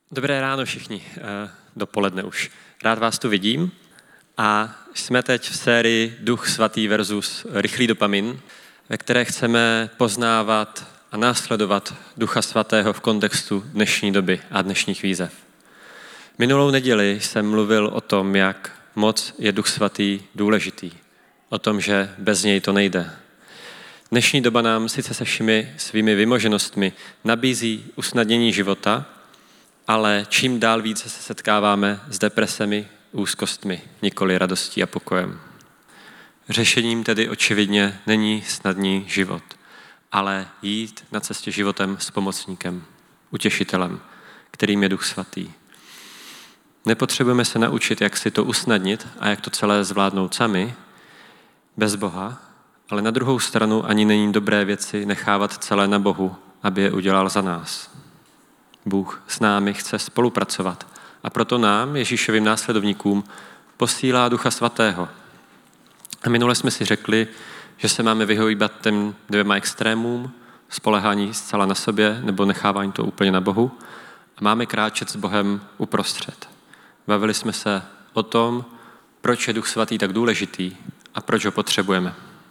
Dobré ráno všichni, dopoledne už. Rád vás tu vidím a jsme teď v sérii Duch svatý versus rychlý dopamin, ve které chceme poznávat a následovat Ducha svatého v kontextu dnešní doby a dnešních výzev. Minulou neděli jsem mluvil o tom, jak moc je Duch svatý důležitý, o tom, že bez něj to nejde. Dnešní doba nám sice se všemi svými vymoženostmi nabízí usnadnění života, ale čím dál více se setkáváme s depresemi, úzkostmi, nikoli radostí a pokojem. Řešením tedy očividně není snadný život, ale jít na cestě životem s pomocníkem, utěšitelem, kterým je Duch svatý. Nepotřebujeme se naučit, jak si to usnadnit a jak to celé zvládnout sami, bez Boha, ale na druhou stranu ani není dobré věci nechávat celé na Bohu, aby je udělal za nás. Bůh s námi chce spolupracovat a proto nám, Ježíšovým následovníkům, posílá Ducha svatého. A minule jsme si řekli, že se máme vyhýbat těm dvěma extrémům, spolehání zcela na sobě nebo nechávání to úplně na Bohu a máme kráčet s Bohem uprostřed. Bavili jsme se o tom, proč je Duch svatý tak důležitý a proč ho potřebujeme.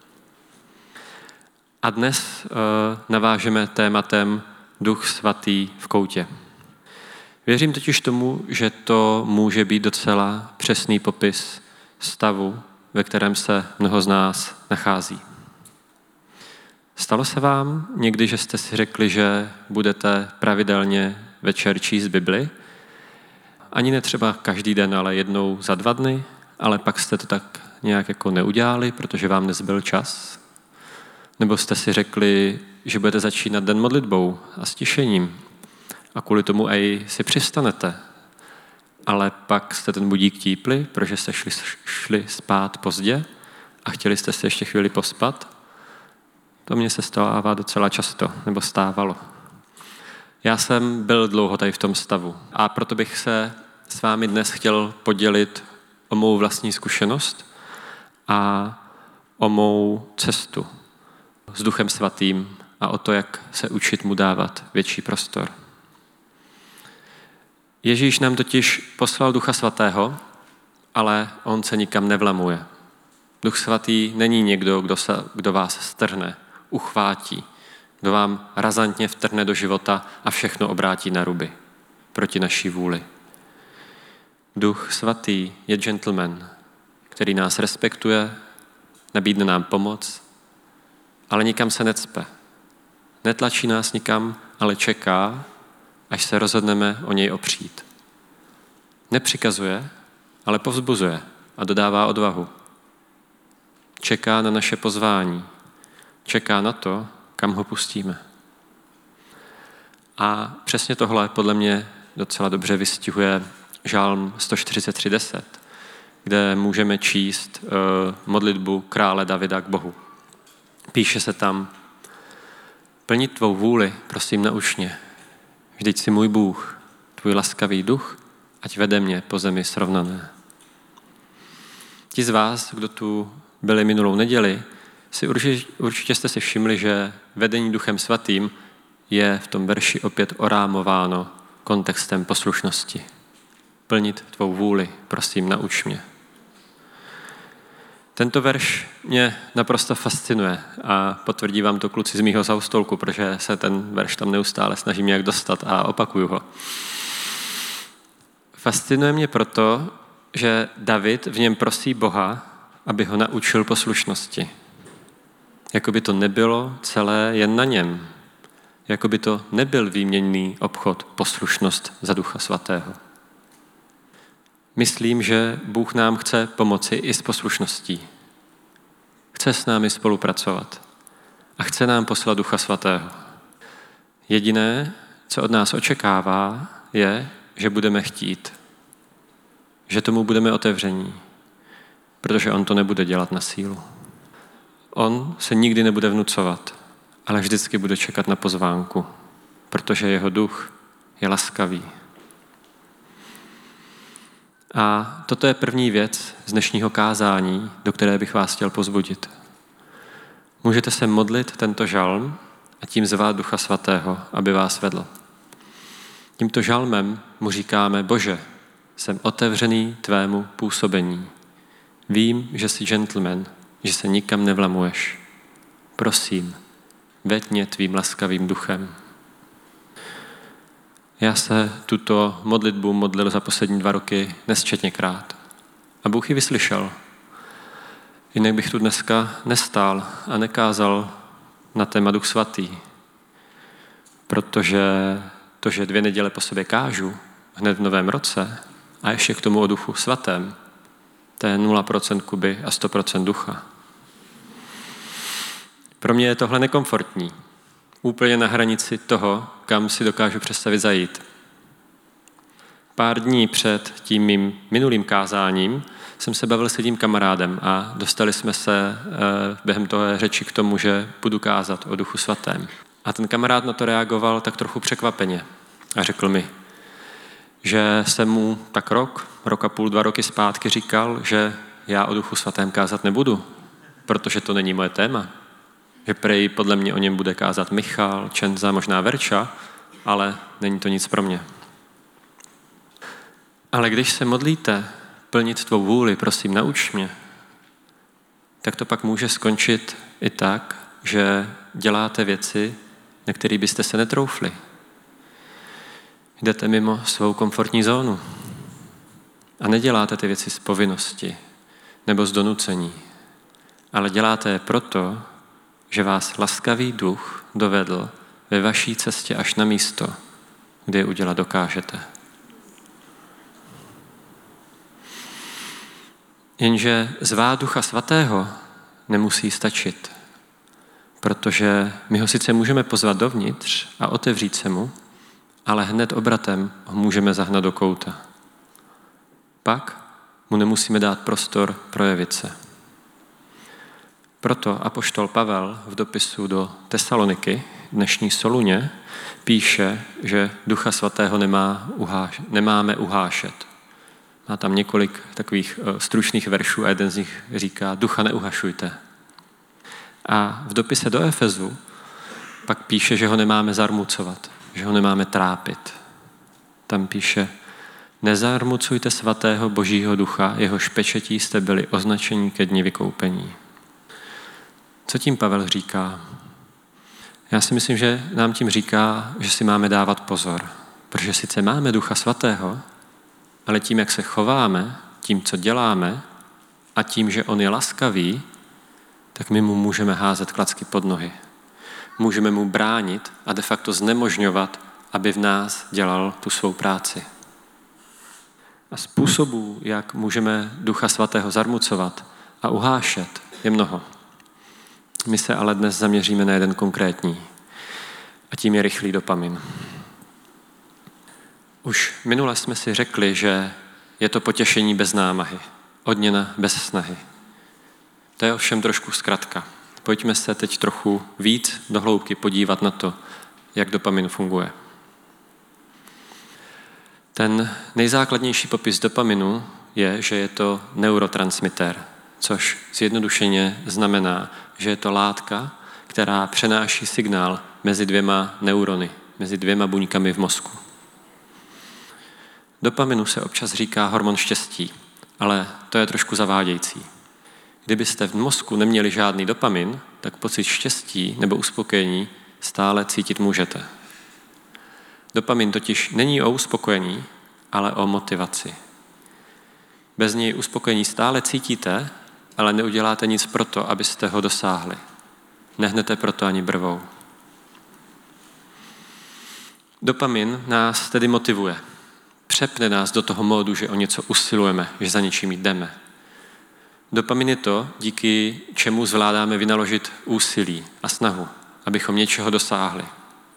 A dnes navážeme tématem Duch svatý v koutě. Věřím totiž tomu, že to může být docela přesný popis stavu, ve kterém se mnoho z nás nachází. Stalo se vám někdy, že jste si řekli, že budete pravidelně večer číst Bibli? Ani ne třeba každý den, ale jednou za 2 dny, ale pak jste to tak nějak jako neudělali, protože vám nezbyl čas? Nebo jste si řekli, že budete začínat den modlitbou a stišením a kvůli tomu i si přistanete, ale pak jste ten budík típli, protože jste šli spát pozdě a chtěli jste si ještě chvíli pospat? To mně se stává docela často, nebo stávalo. Já jsem byl dlouho tady v tom stavu a proto bych se s vámi dnes chtěl podělit o mou vlastní zkušenost a o mou cestu s Duchem svatým a o to, jak se učit mu dávat větší prostor. Ježíš nám totiž poslal Ducha svatého, ale on se nikam nevlamuje. Duch svatý není někdo, kdo vás strhne, uchvátí, kdo vám razantně vtrhne do života a všechno obrátí na ruby proti naší vůli. Duch svatý je gentleman, který nás respektuje, nabídne nám pomoc, ale nikam se necpe. Netlačí nás nikam, ale čeká, až se rozhodneme o něj opřít. Nepřikazuje, ale povzbuzuje a dodává odvahu. Čeká na naše pozvání. Čeká na to, kam ho pustíme. A přesně tohle podle mě docela dobře vystihuje Žálm 143:10, kde můžeme číst modlitbu krále Davida k Bohu. Píše se tam: plnit tvou vůli, prosím, nauč mě. Vždyť jsi můj Bůh, tvůj laskavý duch, ať vede mě po zemi srovnané. Ti z vás, kdo tu byli minulou neděli, určitě jste si všimli, že vedení Duchem svatým je v tom verši opět orámováno kontextem poslušnosti. Plnit tvou vůli, prosím, nauč mě. Tento verš mě naprosto fascinuje a potvrdí vám to kluci z mýho zaustolku, protože se ten verš tam neustále snažím nějak dostat a opakuju ho. Fascinuje mě proto, že David v něm prosí Boha, aby ho naučil poslušnosti. Jakoby to nebylo celé jen na něm. Jakoby to nebyl výměnný obchod poslušnost za Ducha svatého. Myslím, že Bůh nám chce pomoci i s poslušností. Chce s námi spolupracovat a chce nám poslat Ducha svatého. Jediné, co od nás očekává, je, že budeme chtít. Že tomu budeme otevření, protože on to nebude dělat na sílu. On se nikdy nebude vnucovat, ale vždycky bude čekat na pozvánku, protože jeho duch je laskavý. A toto je první věc z dnešního kázání, do které bych vás chtěl pozbudit. Můžete se modlit tento žalm a tím zvát Ducha svatého, aby vás vedl. Tímto žalmem mu říkáme: Bože, jsem otevřený tvému působení. Vím, že jsi gentleman, že se nikam nevlamuješ. Prosím, veď mě tvým laskavým duchem. Já se tuto modlitbu modlil za poslední 2 roky nesčetněkrát. A Bůh ji vyslyšel. Jinak bych tu dneska nestál a nekázal na téma Duch svatý. Protože to, že 2 neděle po sobě kážu hned v novém roce a ještě k tomu o Duchu svatém, to je 0% Kuby a 100% ducha. Pro mě je tohle nekomfortní. Úplně na hranici toho, kam si dokážu představit zajít. Pár dní před tím mým minulým kázáním jsem se bavil s jedním kamarádem a dostali jsme se během toho řeči k tomu, že budu kázat o Duchu svatém. A ten kamarád na to reagoval tak trochu překvapeně a řekl mi, že jsem mu tak rok a půl, 2 roky zpátky říkal, že já o Duchu svatém kázat nebudu, protože to není moje téma. Že prej podle mě o něm bude kázat Michal, Čenza, možná Verča, ale není to nic pro mě. Ale když se modlíte plnit tvou vůli, prosím, nauč mě, tak to pak může skončit i tak, že děláte věci, na které byste se netroufli. Jdete mimo svou komfortní zónu a neděláte ty věci z povinnosti nebo z donucení, ale děláte je proto, že vás laskavý duch dovedl ve vaší cestě až na místo, kde je udělat dokážete. Jenže zvát Ducha svatého nemusí stačit, protože my ho sice můžeme pozvat dovnitř a otevřít se mu, ale hned obratem ho můžeme zahnat do kouta. Pak mu nemusíme dát prostor projevit se. Proto apoštol Pavel v dopisu do Tesaloniky, dnešní Soluně, píše, že Ducha svatého nemáme uhášet. Má tam několik takových stručných veršů a jeden z nich říká: Ducha neuhašujte. A v dopise do Efezu pak píše, že ho nemáme zarmucovat, že ho nemáme trápit. Tam píše: Nezarmucujte svatého Božího ducha, jehož pečetí jste byli označení ke dni vykoupení. Co tím Pavel říká? Já si myslím, že nám tím říká, že si máme dávat pozor, protože sice máme Ducha svatého, ale tím, jak se chováme, tím, co děláme a tím, že on je laskavý, tak my mu můžeme házet klacky pod nohy. Můžeme mu bránit a de facto znemožňovat, aby v nás dělal tu svou práci. A způsobů, jak můžeme Ducha svatého zarmucovat a uhášet, je mnoho. My se ale dnes zaměříme na jeden konkrétní a tím je rychlý dopamin. Už minule jsme si řekli, že je to potěšení bez námahy, odměna bez snahy. To je ovšem trošku zkratka. Pojďme se teď trochu víc do hloubky podívat na to, jak dopamin funguje. Ten nejzákladnější popis dopaminu je, že je to neurotransmitter, což zjednodušeně znamená, že je to látka, která přenáší signál mezi 2 neurony, mezi 2 buňkami v mozku. Dopaminu se občas říká hormon štěstí, ale to je trošku zavádějící. Kdybyste v mozku neměli žádný dopamin, tak pocit štěstí nebo uspokojení stále cítit můžete. Dopamin totiž není o uspokojení, ale o motivaci. Bez něj uspokojení stále cítíte, ale neuděláte nic proto, abyste ho dosáhli. Nehnete proto ani brvou. Dopamin nás tedy motivuje. Přepne nás do toho módu, že o něco usilujeme, že za něčím jdeme. Dopamin je to, díky čemu zvládáme vynaložit úsilí a snahu, abychom něčeho dosáhli.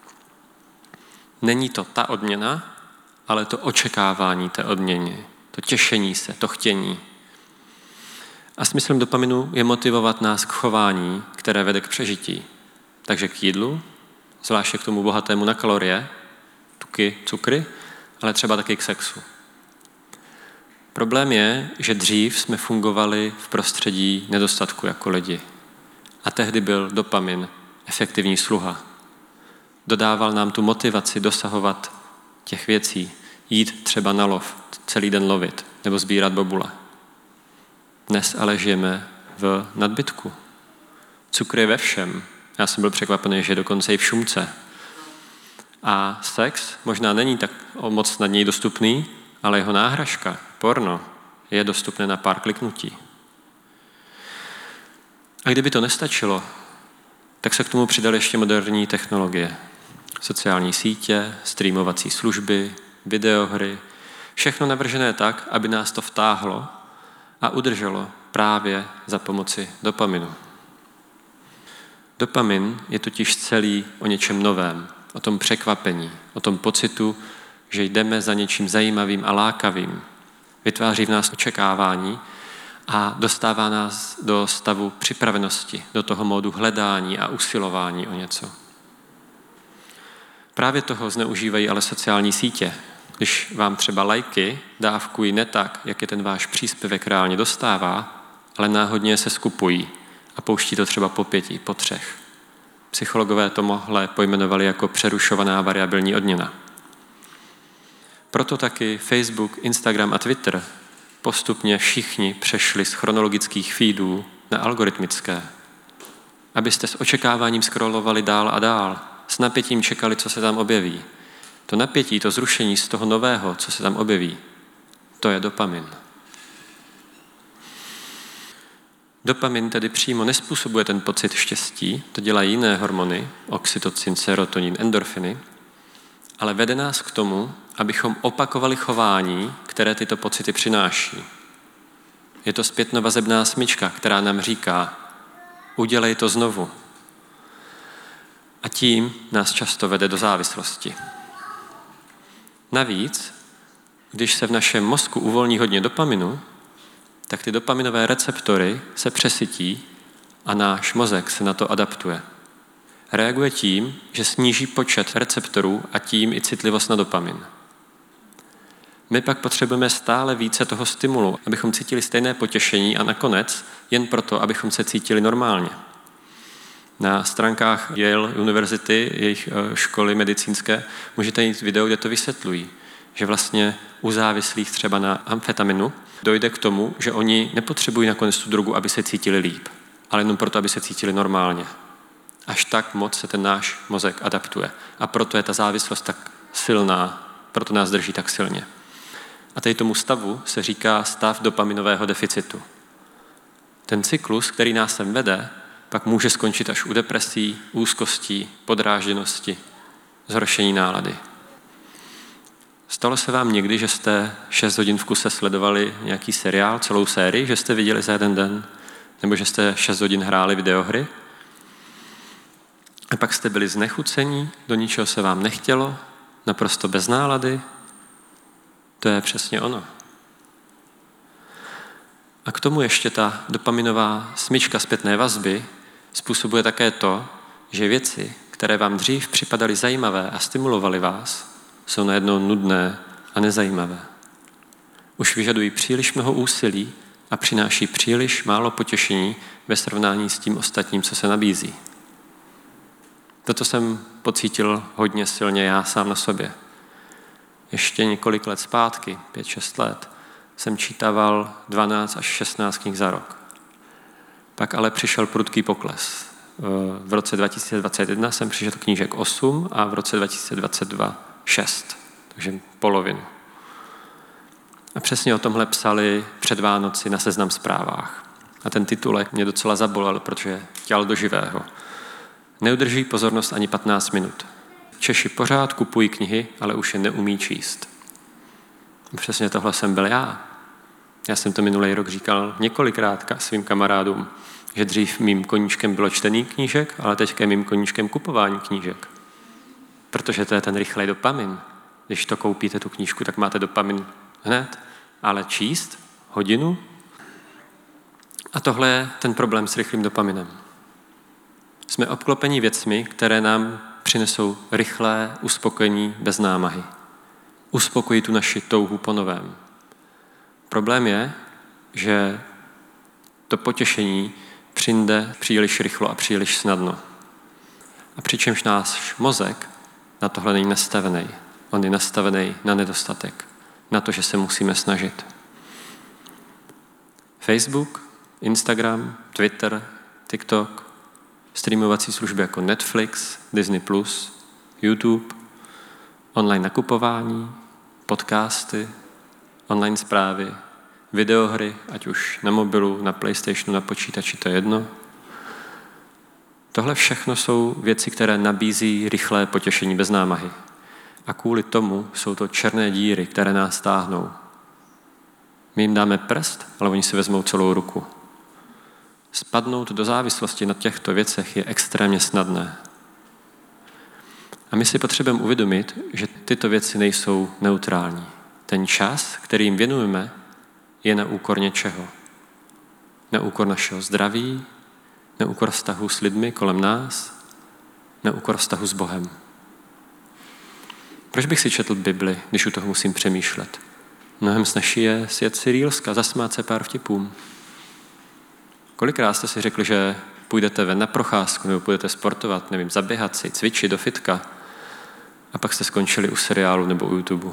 Není to ta odměna, ale to očekávání té odměny, to těšení se, to chtění. A smyslem dopaminu je motivovat nás k chování, které vede k přežití. Takže k jídlu, zvláště k tomu bohatému na kalorie, tuky, cukry, ale třeba taky k sexu. Problém je, že dřív jsme fungovali v prostředí nedostatku jako lidi. A tehdy byl dopamin efektivní sluha. Dodával nám tu motivaci dosahovat těch věcí. Jít třeba na lov, celý den lovit, nebo sbírat bobule. Dnes ale žijeme v nadbytku. Cukr je ve všem. Já jsem byl překvapený, že dokonce i v šunce. A sex možná není tak moc snadněji dostupný, ale jeho náhražka, porno, je dostupné na pár kliknutí. A kdyby to nestačilo, tak se k tomu přidaly ještě moderní technologie. Sociální sítě, streamovací služby, videohry, všechno navržené tak, aby nás to vtáhlo a udrželo právě za pomoci dopaminu. Dopamin je totiž celý o něčem novém, o tom překvapení, o tom pocitu, že jdeme za něčím zajímavým a lákavým. Vytváří v nás očekávání a dostává nás do stavu připravenosti, do toho módu hledání a usilování o něco. Právě toho zneužívají ale sociální sítě. Když vám třeba lajky dávkují ne tak, jak je ten váš příspěvek reálně dostává, ale náhodně se skupují a pouští to třeba po 5, po 3. Psychologové tohle pojmenovali jako přerušovaná variabilní odměna. Proto taky Facebook, Instagram a Twitter postupně všichni přešli z chronologických feedů na algoritmické. Abyste s očekáváním scrollovali dál a dál, s napětím čekali, co se tam objeví. To napětí, to zrušení z toho nového, co se tam objeví, to je dopamin. Dopamin tedy přímo nespůsobuje ten pocit štěstí, to dělají jiné hormony, oxytocin, serotonin, endorfiny, ale vede nás k tomu, abychom opakovali chování, které tyto pocity přináší. Je to zpětnovazebná smyčka, která nám říká, udělej to znovu. A tím nás často vede do závislosti. Navíc, když se v našem mozku uvolní hodně dopaminu, tak ty dopaminové receptory se přesytí a náš mozek se na to adaptuje. Reaguje tím, že sníží počet receptorů a tím i citlivost na dopamin. My pak potřebujeme stále více toho stimulu, abychom cítili stejné potěšení a nakonec jen proto, abychom se cítili normálně. Na stránkách Yale University, jejich školy medicínské, můžete jít video, kde to vysvětlují, že vlastně u závislých třeba na amfetaminu dojde k tomu, že oni nepotřebují nakonec tu drogu, aby se cítili líp, ale jenom proto, aby se cítili normálně. Až tak moc se ten náš mozek adaptuje. A proto je ta závislost tak silná, proto nás drží tak silně. A tady tomu stavu se říká stav dopaminového deficitu. Ten cyklus, který nás sem vede, pak může skončit až u depresí, úzkostí, podrážděnosti, zhoršení nálady. Stalo se vám někdy, že jste 6 hodin v kuse sledovali nějaký seriál, celou sérii, že jste viděli za jeden den? Nebo že jste 6 hodin hráli videohry? A pak jste byli znechucení, do ničeho se vám nechtělo, naprosto bez nálady? To je přesně ono. A k tomu ještě ta dopaminová smyčka zpětné vazby způsobuje také to, že věci, které vám dřív připadaly zajímavé a stimulovaly vás, jsou najednou nudné a nezajímavé. Už vyžadují příliš mnoho úsilí a přináší příliš málo potěšení ve srovnání s tím ostatním, co se nabízí. Toto jsem pocítil hodně silně já sám na sobě. Ještě několik let zpátky, 5-6 let, jsem čítával 12 až 16 knih za rok. Pak ale přišel prudký pokles. V roce 2021 jsem přišel knížek 8 a v roce 2022 6, takže polovinu. A přesně o tomhle psali před Vánoci na Seznam Zprávách. A ten titulek mě docela zabolel, protože chtěl do živého. Neudrží pozornost ani 15 minut. Češi pořád kupují knihy, ale už je neumí číst. A přesně tohle jsem byl já. Já jsem to minulý rok říkal několikrát svým kamarádům, že dřív mým koníčkem bylo čtení knížek, ale teďka je mým koníčkem kupování knížek. Protože to je ten rychlej dopamin. Když to koupíte tu knížku, tak máte dopamin hned, ale číst hodinu. A tohle je ten problém s rychlým dopaminem. Jsme obklopeni věcmi, které nám přinesou rychlé uspokojení bez námahy. Uspokojí tu naši touhu po novém. Problém je, že to potěšení přijde příliš rychlo a příliš snadno. A přičemž náš mozek na tohle není nastavený. On je nastavený na nedostatek, na to, že se musíme snažit. Facebook, Instagram, Twitter, TikTok, streamovací služby jako Netflix, Disney+, YouTube, online nakupování, podcasty, online zprávy, videohry, ať už na mobilu, na PlayStationu, na počítači, to je jedno. Tohle všechno jsou věci, které nabízí rychlé potěšení bez námahy. A kvůli tomu jsou to černé díry, které nás táhnou. My jim dáme prst, ale oni si vezmou celou ruku. Spadnout do závislosti na těchto věcech je extrémně snadné. A my si potřebujeme uvědomit, že tyto věci nejsou neutrální. Ten čas, který jim věnujeme, je na úkor něčeho. Na úkor našeho zdraví, na úkor vztahu s lidmi kolem nás, na úkor vztahu s Bohem. Proč bych si četl Bibli, když u toho musím přemýšlet? Mnohem snazší je sjet si reelska, zasmát se pár vtipům. Kolikrát jste si řekli, že půjdete ven na procházku nebo půjdete sportovat, nevím, zaběhat si, cvičit do fitka a pak jste skončili u seriálu nebo u YouTube.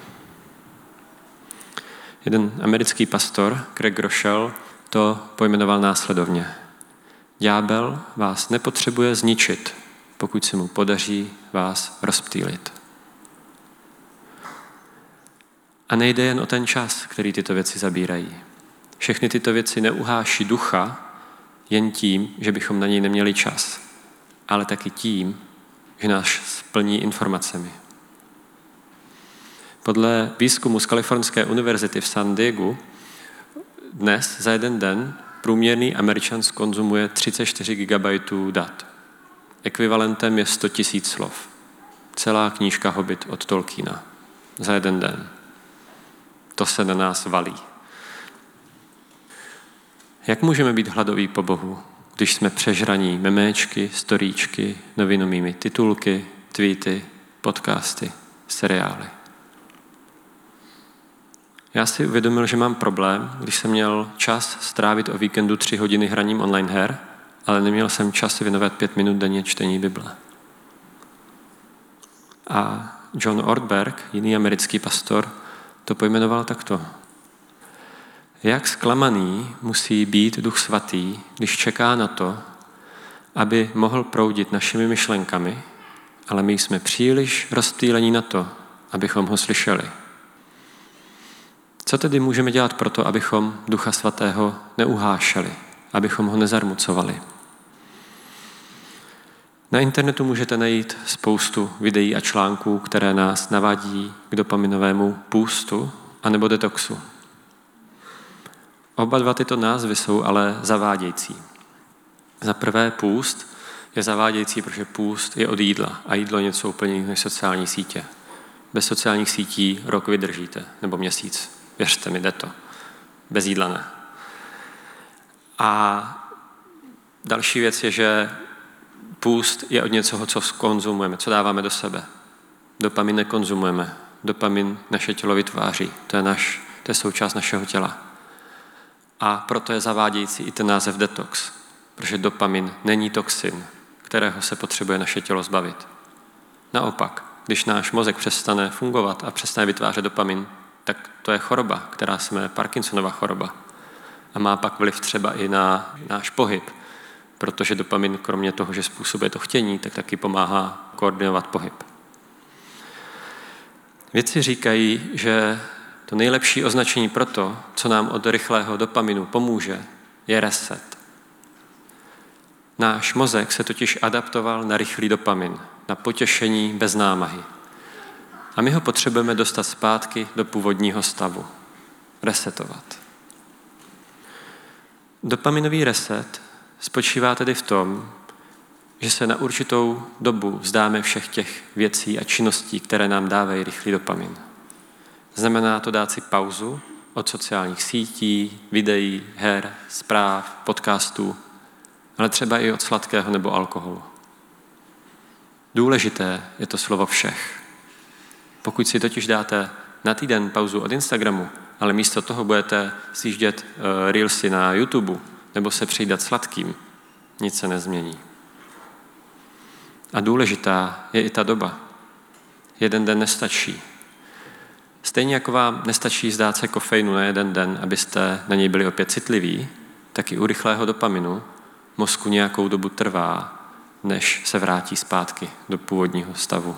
Jeden americký pastor, Craig Groeschel, to pojmenoval následovně. Ďábel vás nepotřebuje zničit, pokud se mu podaří vás rozptýlit. A nejde jen o ten čas, který tyto věci zabírají. Všechny tyto věci neuháší ducha jen tím, že bychom na něj neměli čas, ale taky tím, že nás splní informacemi. Podle výzkumu z Kalifornské univerzity v San Diegu dnes za jeden den průměrný Američan zkonzumuje 34 GB dat. Ekvivalentem je 100 000 slov. Celá knížka Hobbit od Tolkiena. Za jeden den. To se na nás valí. Jak můžeme být hladoví po Bohu, když jsme přežraní meméčky, storíčky, novinovými titulky, tweety, podcasty, seriály? Já si uvědomil, že mám problém, když jsem měl čas strávit o víkendu 3 hodiny hraním online her, ale neměl jsem čas si věnovat 5 minut denně čtení Bible. A John Ortberg, jiný americký pastor, to pojmenoval takto. Jak zklamaný musí být Duch Svatý, když čeká na to, aby mohl proudit našimi myšlenkami, ale my jsme příliš rozptýlení na to, abychom ho slyšeli. Co tedy můžeme dělat pro to, abychom Ducha Svatého neuhášeli, abychom ho nezarmucovali? Na internetu můžete najít spoustu videí a článků, které nás navádí k dopaminovému půstu anebo detoxu. Oba dva tyto názvy jsou ale zavádějící. Za prvé půst je zavádějící, protože půst je od jídla a jídlo je něco úplně jiného než sociální sítě. Bez sociálních sítí rok vydržíte, nebo měsíc. Věřte mi, jde to. Bez jídla ne. A další věc je, že půst je od něčeho, co konzumujeme, co dáváme do sebe. Dopamin nekonzumujeme. Dopamin naše tělo vytváří. To je součást našeho těla. A proto je zavádějící i ten název detox, protože dopamin není toxin, kterého se potřebuje naše tělo zbavit. Naopak, když náš mozek přestane fungovat a přestane vytvářet dopamin, tak to je choroba, která se jmenuje Parkinsonova choroba. A má pak vliv třeba i na náš pohyb, protože dopamin, kromě toho, že způsobuje to chtění, tak taky pomáhá koordinovat pohyb. Vědci říkají, že to nejlepší označení pro to, co nám od rychlého dopaminu pomůže, je reset. Náš mozek se totiž adaptoval na rychlý dopamin, na potěšení bez námahy. A my ho potřebujeme dostat zpátky do původního stavu. Resetovat. Dopaminový reset spočívá tedy v tom, že se na určitou dobu vzdáme všech těch věcí a činností, které nám dávají rychlý dopamin. Znamená to dát si pauzu od sociálních sítí, videí, her, zpráv, podcastů, ale třeba i od sladkého nebo alkoholu. Důležité je to slovo všech. Pokud si totiž dáte na týden pauzu od Instagramu, ale místo toho budete sjíždět reelsy na YouTube nebo se přidat sladkým, nic se nezmění. A důležitá je i ta doba. jeden den nestačí. Stejně jako vám nestačí zdát se kofeinu na jeden den, abyste na něj byli opět citliví, tak i u rychlého dopaminu mozku nějakou dobu trvá, než se vrátí zpátky do původního stavu.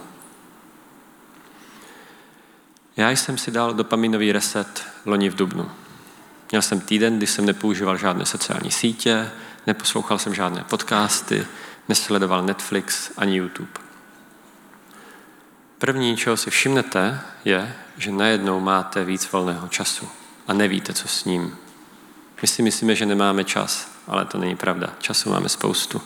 Já jsem si dal dopaminový reset loni v dubnu. Měl jsem týden, kdy jsem nepoužíval žádné sociální sítě, neposlouchal jsem žádné podcasty, nesledoval Netflix ani YouTube. První, čeho si všimnete, je, že najednou máte víc volného času a nevíte, co s ním. My si myslíme, že nemáme čas, ale to není pravda. Času máme spoustu.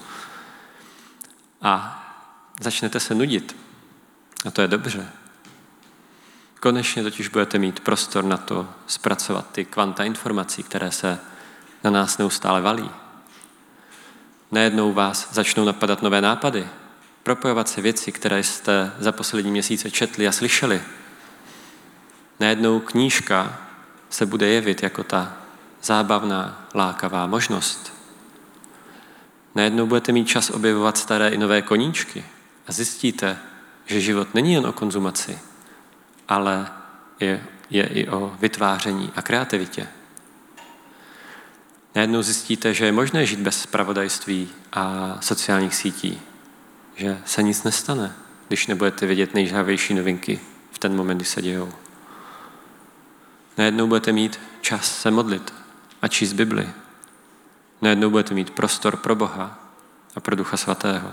A začnete se nudit. A to je dobře. Konečně totiž budete mít prostor na to zpracovat ty kvanta informací, které se na nás neustále valí. Najednou vás začnou napadat nové nápady, propojovat se věci, které jste za poslední měsíce četli a slyšeli. Najednou knížka se bude jevit jako ta zábavná, lákavá možnost. Najednou budete mít čas objevovat staré i nové koníčky a zjistíte, že život není jen o konzumaci, ale je i o vytváření a kreativitě. Najednou zjistíte, že je možné žít bez zpravodajství a sociálních sítí, že se nic nestane, když nebudete vědět nejžhavější novinky v ten moment, kdy se dějou. Najednou budete mít čas se modlit a číst Bibli. Najednou budete mít prostor pro Boha a pro Ducha Svatého.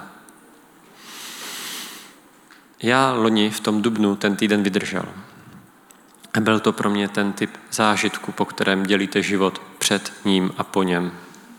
Já loni v tom dubnu ten týden vydržel. A byl to pro mě ten typ zážitku, po kterém dělíte život před ním a po něm.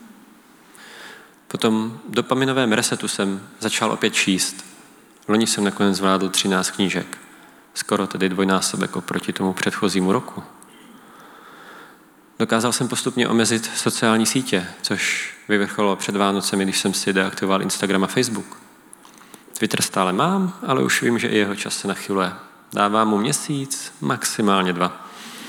Po tom dopaminovém resetu jsem začal opět číst. Loni jsem nakonec zvládl 13 knížek. Skoro tedy dvojnásobek oproti tomu předchozímu roku. Dokázal jsem postupně omezit sociální sítě, což vyvrcholilo před Vánocemi, když jsem si deaktivoval Instagram a Facebook. Twitter stále mám, ale už vím, že i jeho čas se nachyluje. Dávám mu měsíc, maximálně 2.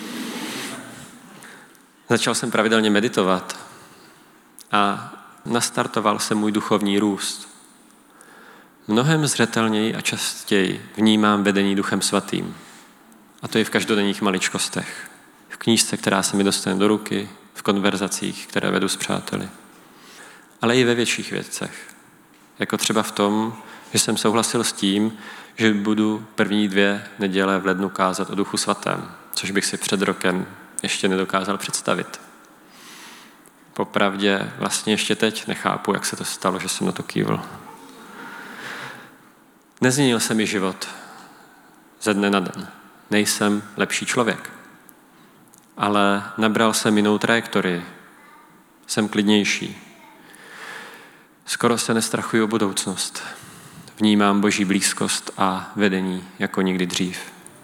Začal jsem pravidelně meditovat a nastartoval se můj duchovní růst. Mnohem zřetelněji a častěji vnímám vedení Duchem Svatým. A to i v každodenních maličkostech. V knížce, která se mi dostane do ruky, v konverzacích, které vedu s přáteli. Ale i ve větších věcech. Jako třeba v tom, že jsem souhlasil s tím, že budu první 2 neděle v lednu kázat o Duchu Svatém, což bych si před rokem ještě nedokázal představit. Popravdě vlastně ještě teď nechápu, jak se to stalo, že jsem na to kývl. Nezměnil se mi život ze dne na den. Nejsem lepší člověk. Ale nabral jsem jinou trajektorii. Jsem klidnější. Skoro se nestrachuji o budoucnost. Vnímám Boží blízkost a vedení jako nikdy dřív.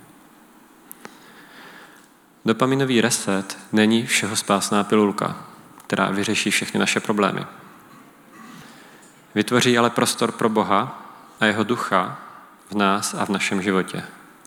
Dopaminový reset není všehospásná pilulka, která vyřeší všechny naše problémy. Vytvoří ale prostor pro Boha a jeho ducha v nás a v našem životě.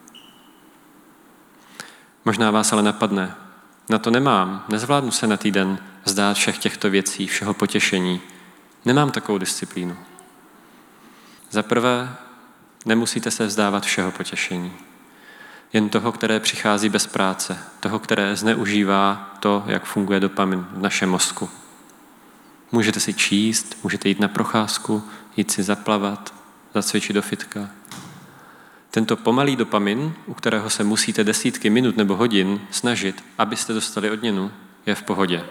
Možná vás ale napadne, na to nemám, nezvládnu se na týden vzdát všech těchto věcí, všeho potěšení. Nemám takovou disciplínu. Za prvé, nemusíte se vzdávat všeho potěšení. Jen toho, které přichází bez práce, toho, které zneužívá to, jak funguje dopamin v našem mozku. Můžete si číst, můžete jít na procházku, jít si zaplavat, zacvičit do fitka. Tento pomalý dopamin, u kterého se musíte desítky minut nebo hodin snažit, abyste dostali odměnu, je v pohodě.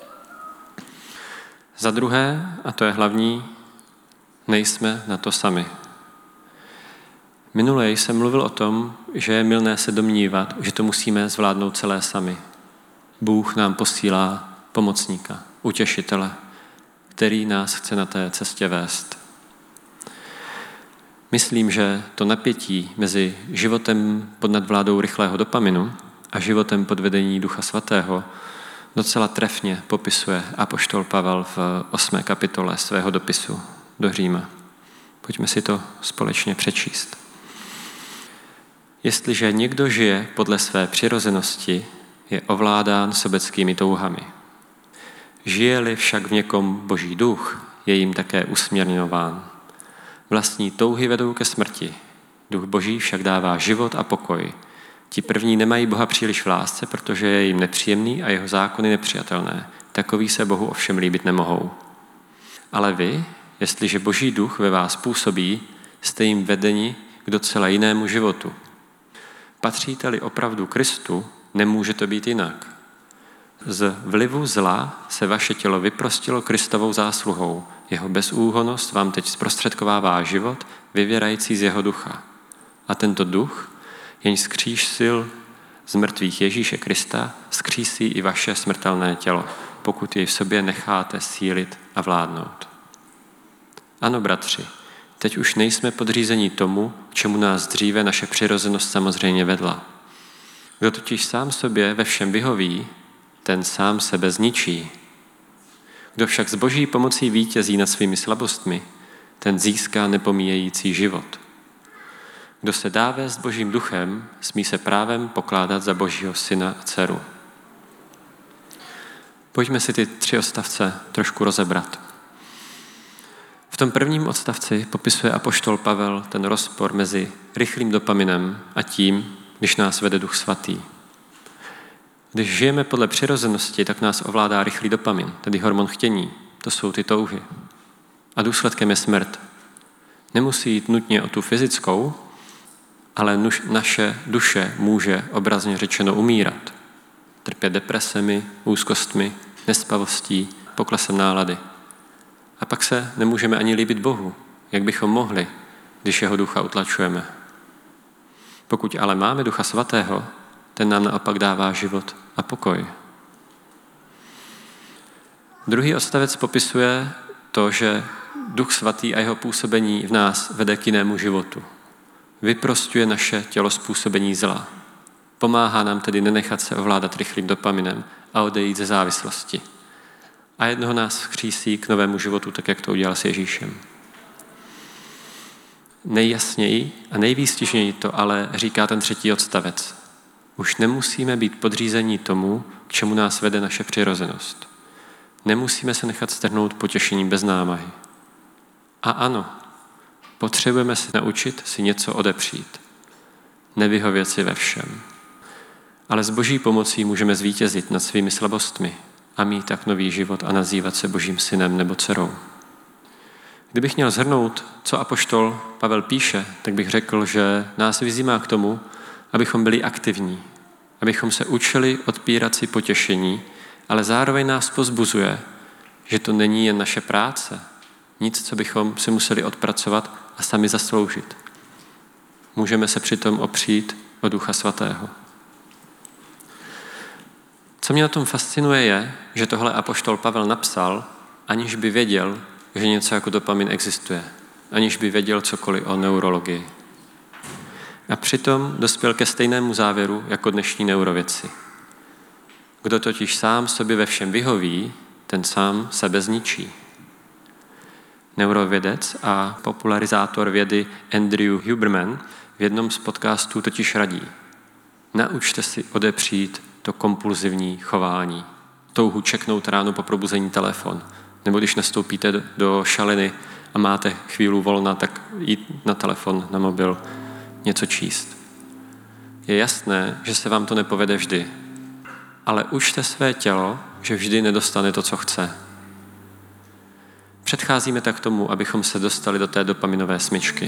Za druhé, a to je hlavní, nejsme na to sami. Minule jsem mluvil o tom, že je mylné se domnívat, že to musíme zvládnout celé sami. Bůh nám posílá pomocníka, utěšitele, který nás chce na té cestě vést. Myslím, že to napětí mezi životem pod nadvládou rychlého dopaminu a životem pod vedení Ducha Svatého docela trefně popisuje apoštol Pavel v 8. kapitole svého dopisu do Říma. Pojďme si to společně přečíst. Jestliže někdo žije podle své přirozenosti, je ovládán sobeckými touhami. Žije-li však v někom Boží duch, je jim také usměrňován. Vlastní touhy vedou ke smrti, Duch Boží však dává život a pokoj. Ti první nemají Boha příliš v lásce, protože je jim nepříjemný a jeho zákony nepřijatelné. Takoví se Bohu ovšem líbit nemohou. Ale vy, jestliže Boží duch ve vás působí, jste jim vedeni k docela jinému životu. Patříte-li opravdu Kristu, nemůže to být jinak. Z vlivu zla se vaše tělo vyprostilo Kristovou zásluhou. Jeho bezúhonnost vám teď zprostředkovává život, vyvěrající z jeho ducha. A tento duch, jenž zkřísil z mrtvých Ježíše Krista, zkřísí i vaše smrtelné tělo, pokud jej v sobě necháte sílit a vládnout. Ano, bratři, teď už nejsme podřízeni tomu, k čemu nás dříve naše přirozenost samozřejmě vedla. Kdo totiž sám sobě ve všem vyhoví, ten sám sebe zničí. Kdo však s Boží pomocí vítězí nad svými slabostmi, ten získá nepomíjející život. Kdo se dá vést Božím duchem, smí se právem pokládat za Božího syna a dceru. Pojďme si ty 3 odstavce trošku rozebrat. V tom prvním odstavci popisuje apoštol Pavel ten rozpor mezi rychlým dopaminem a tím, když nás vede Duch Svatý. Když žijeme podle přirozenosti, tak nás ovládá rychlý dopamin, tedy hormon chtění. To jsou ty touhy. A důsledkem je smrt. Nemusí jít nutně o tu fyzickou, ale naše duše může obrazně řečeno umírat. Trpět depresemi, úzkostmi, nespavostí, poklesem nálady. A pak se nemůžeme ani líbit Bohu, jak bychom mohli, když jeho ducha utlačujeme. Pokud ale máme Ducha Svatého, ten nám naopak dává život a pokoj. Druhý odstavec popisuje to, že Duch Svatý a jeho působení v nás vede k jinému životu. Vyprosťuje naše tělo z působení zla. Pomáhá nám tedy nenechat se ovládat rychlým dopaminem a odejít ze závislosti. A jednoho nás vzkřísí k novému životu, tak jak to udělal s Ježíšem. Nejjasněji a nejvýstižněji to ale říká ten 3. odstavec. Už nemusíme být podřízení tomu, k čemu nás vede naše přirozenost. Nemusíme se nechat strhnout potěšením bez námahy. A ano, potřebujeme se naučit si něco odepřít. Nevyhovět si ve všem. Ale s Boží pomocí můžeme zvítězit nad svými slabostmi a mít tak nový život a nazývat se Božím synem nebo dcerou. Kdybych měl shrnout, co apoštol Pavel píše, tak bych řekl, že nás vyzývá k tomu, abychom byli aktivní, abychom se učili odpírat si potěšení, ale zároveň nás povzbuzuje, že to není jen naše práce, nic, co bychom si museli odpracovat a sami zasloužit. Můžeme se přitom opřít o Ducha Svatého. Co mě na tom fascinuje je, že tohle apoštol Pavel napsal, aniž by věděl, že něco jako dopamin existuje, aniž by věděl cokoliv o neurologii. A přitom dospěl ke stejnému závěru jako dnešní neurovědci. Kdo totiž sám sobě ve všem vyhoví, ten sám sebe zničí. Neurovědec a popularizátor vědy Andrew Huberman v jednom z podcastů totiž radí. Naučte si odepřít to kompulzivní chování. Touhu čeknout ráno po probuzení telefon. Nebo když nastoupíte do šaliny a máte chvíli volna, tak jít na telefon, na mobil, něco číst. Je jasné, že se vám to nepovede vždy. Ale učte své tělo, že vždy nedostane to, co chce. Předcházíme tak tomu, abychom se dostali do té dopaminové smyčky.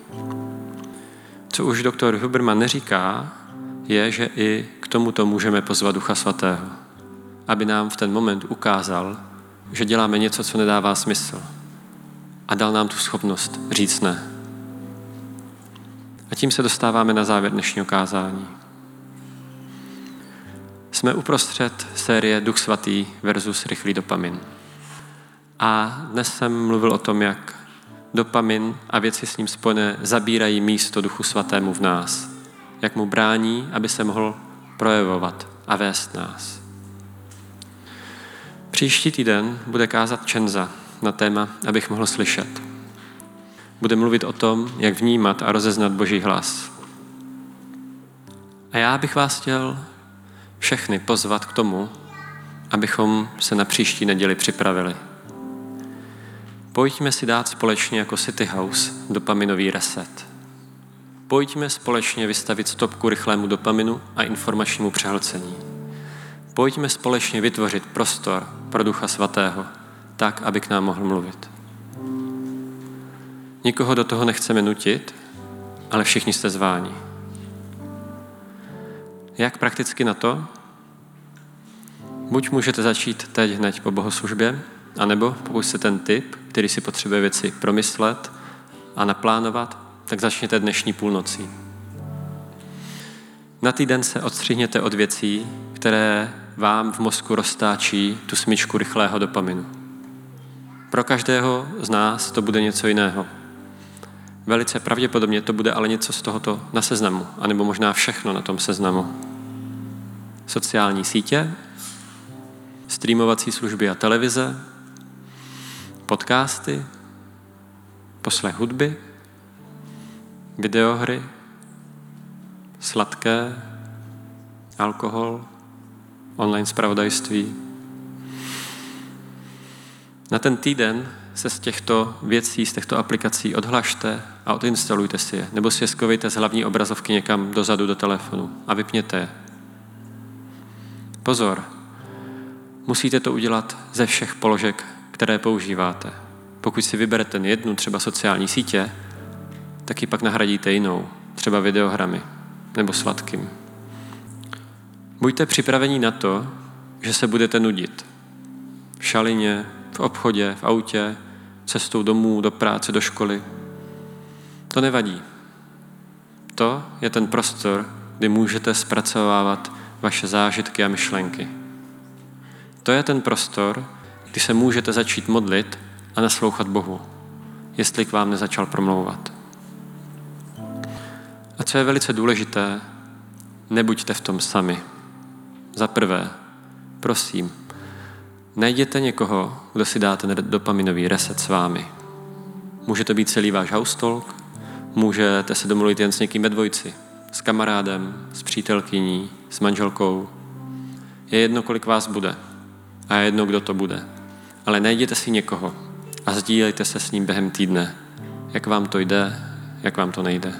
Co už doktor Huberman neříká, je, že i k tomuto můžeme pozvat Ducha Svatého, aby nám v ten moment ukázal, že děláme něco, co nedává smysl. A dal nám tu schopnost říct ne. A tím se dostáváme na závěr dnešního kázání. Jsme uprostřed série Duch Svatý versus rychlý dopamin. A dnes jsem mluvil o tom, jak dopamin a věci s ním spojené zabírají místo Duchu Svatému v nás. Jak mu brání, aby se mohl projevovat a vést nás. Příští týden bude kázat Čenza na téma, abych mohl slyšet. Bude mluvit o tom, jak vnímat a rozeznat Boží hlas. A já bych vás chtěl všechny pozvat k tomu, abychom se na příští neděli připravili. Pojďme si dát společně jako City House dopaminový reset. Pojďme společně vystavit stopku rychlému dopaminu a informačnímu přehlcení. Pojďme společně vytvořit prostor pro Ducha Svatého, tak, aby k nám mohl mluvit. Nikoho do toho nechceme nutit, ale všichni jste zváni. Jak prakticky na to? Buď můžete začít teď hned po bohoslužbě, anebo pokud jste ten typ, který si potřebuje věci promyslet a naplánovat, tak začněte dnešní půlnocí. Na týden se odstřihněte od věcí, které vám v mozku roztáčí tu smyčku rychlého dopaminu. Pro každého z nás to bude něco jiného. Velice pravděpodobně to bude ale něco z tohoto na seznamu, anebo možná všechno na tom seznamu. Sociální sítě, streamovací služby a televize, podcasty, poslech hudby, videohry, sladké, alkohol, online zpravodajství. Na ten týden se z těchto věcí, z těchto aplikací odhlašte a odinstalujte si je, nebo si je skovejte z hlavní obrazovky někam dozadu do telefonu a vypněte je. Pozor, musíte to udělat ze všech položek, které používáte. Pokud si vyberete jednu, třeba sociální sítě, tak ji pak nahradíte jinou, třeba videohrami nebo sladkým. Buďte připraveni na to, že se budete nudit. V šalině, v obchodě, v autě, cestou domů, do práce, do školy. To nevadí. To je ten prostor, kdy můžete zpracovávat vaše zážitky a myšlenky. To je ten prostor, kdy se můžete začít modlit a naslouchat Bohu, jestli k vám nezačal promlouvat. A co je velice důležité, nebuďte v tom sami. Za prvé, prosím, najděte někoho, kdo si dá ten dopaminový reset s vámi. Může to být celý váš housetalk, můžete se domluvit jen s někým ve dvojici, s kamarádem, s přítelkyní, s manželkou. Je jedno, kolik vás bude a je jedno, kdo to bude. Ale najděte si někoho a sdílejte se s ním během týdne, jak vám to jde, jak vám to nejde.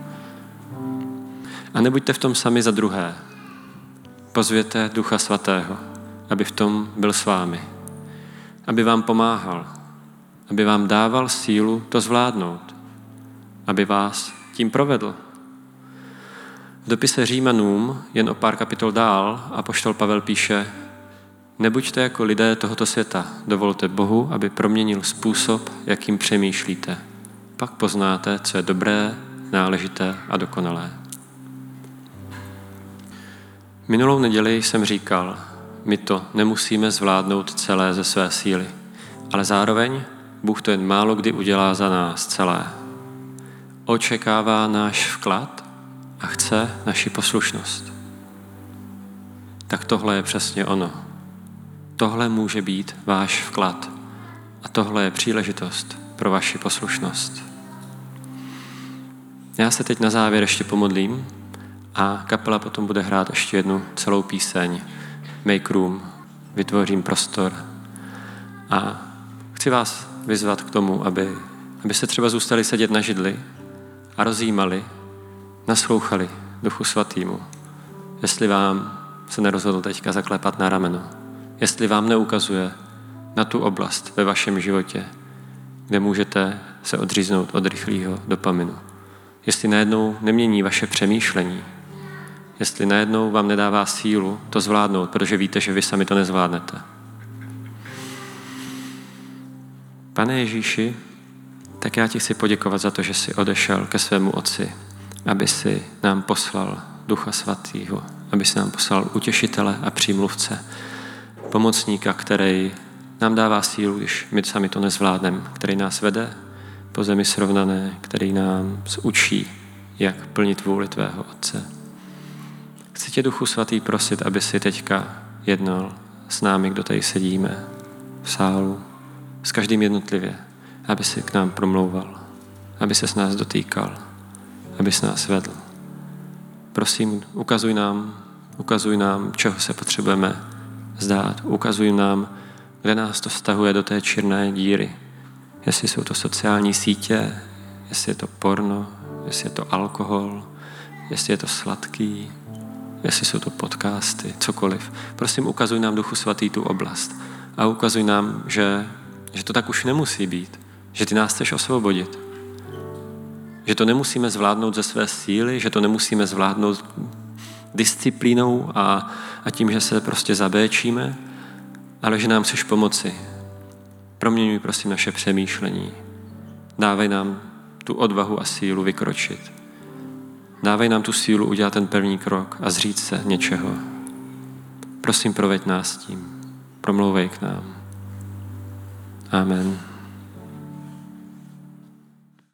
A nebuďte v tom sami za druhé. Pozvěte Ducha Svatého, aby v tom byl s vámi. Aby vám pomáhal. Aby vám dával sílu to zvládnout. Aby vás tím provedl. V dopise Římanům, jen o pár kapitol dál, apoštol Pavel píše: Nebuďte jako lidé tohoto světa, dovolte Bohu, aby proměnil způsob, jakým přemýšlíte. Pak poznáte, co je dobré, náležité a dokonalé. Minulou neděli jsem říkal, my to nemusíme zvládnout celé ze své síly, ale zároveň Bůh to jen málo kdy udělá za nás celé. Očekává náš vklad a chce naši poslušnost. Tak tohle je přesně ono. Tohle může být váš vklad a tohle je příležitost pro vaši poslušnost. Já se teď na závěr ještě pomodlím a kapela potom bude hrát ještě jednu celou píseň Make Room, vytvořím prostor. A chci vás vyzvat k tomu, abyste třeba zůstali sedět na židli a rozjímali, naslouchali Duchu Svatýmu. Jestli vám se nerozhodl teďka zaklepat na rameno, jestli vám neukazuje na tu oblast ve vašem životě, kde můžete se odříznout od rychlého dopaminu. Jestli najednou nemění vaše přemýšlení, jestli najednou vám nedává sílu to zvládnout, protože víte, že vy sami to nezvládnete. Pane Ježíši, tak já ti chci poděkovat za to, že jsi odešel ke svému Otci, aby si nám poslal Ducha Svatého, aby si nám poslal utěšitele a přímluvce, pomocníka, který nám dává sílu, když my sami to nezvládneme, který nás vede po zemi srovnané, který nám učí, jak plnit vůli tvého Otce. Chci tě, Duchu Svatý, prosit, aby si teďka jednal s námi, kdo tady sedíme v sálu, s každým jednotlivě, aby si k nám promlouval, aby se s nás dotýkal, aby s nás vedl. Prosím, ukazuj nám, čeho se potřebujeme vzdát. Ukazuj nám, kde nás to vztahuje do té černé díry. Jestli jsou to sociální sítě, jestli je to porno, jestli je to alkohol, jestli je to sladký, jestli jsou to podcasty, cokoliv. Prosím, ukazuj nám, Duchu Svatý, tu oblast a ukazuj nám, že to tak už nemusí být, že ty nás chceš osvobodit. Že to nemusíme zvládnout ze své síly, že to nemusíme zvládnout disciplínou a tím, že se prostě zabéčíme, ale že nám chceš pomoci. Proměňuj, prosím, naše přemýšlení. Dávej nám tu odvahu a sílu vykročit. Dávej nám tu sílu udělat ten první krok a zříct se něčeho. Prosím, proveď nás tím. Promlouvej k nám. Amen.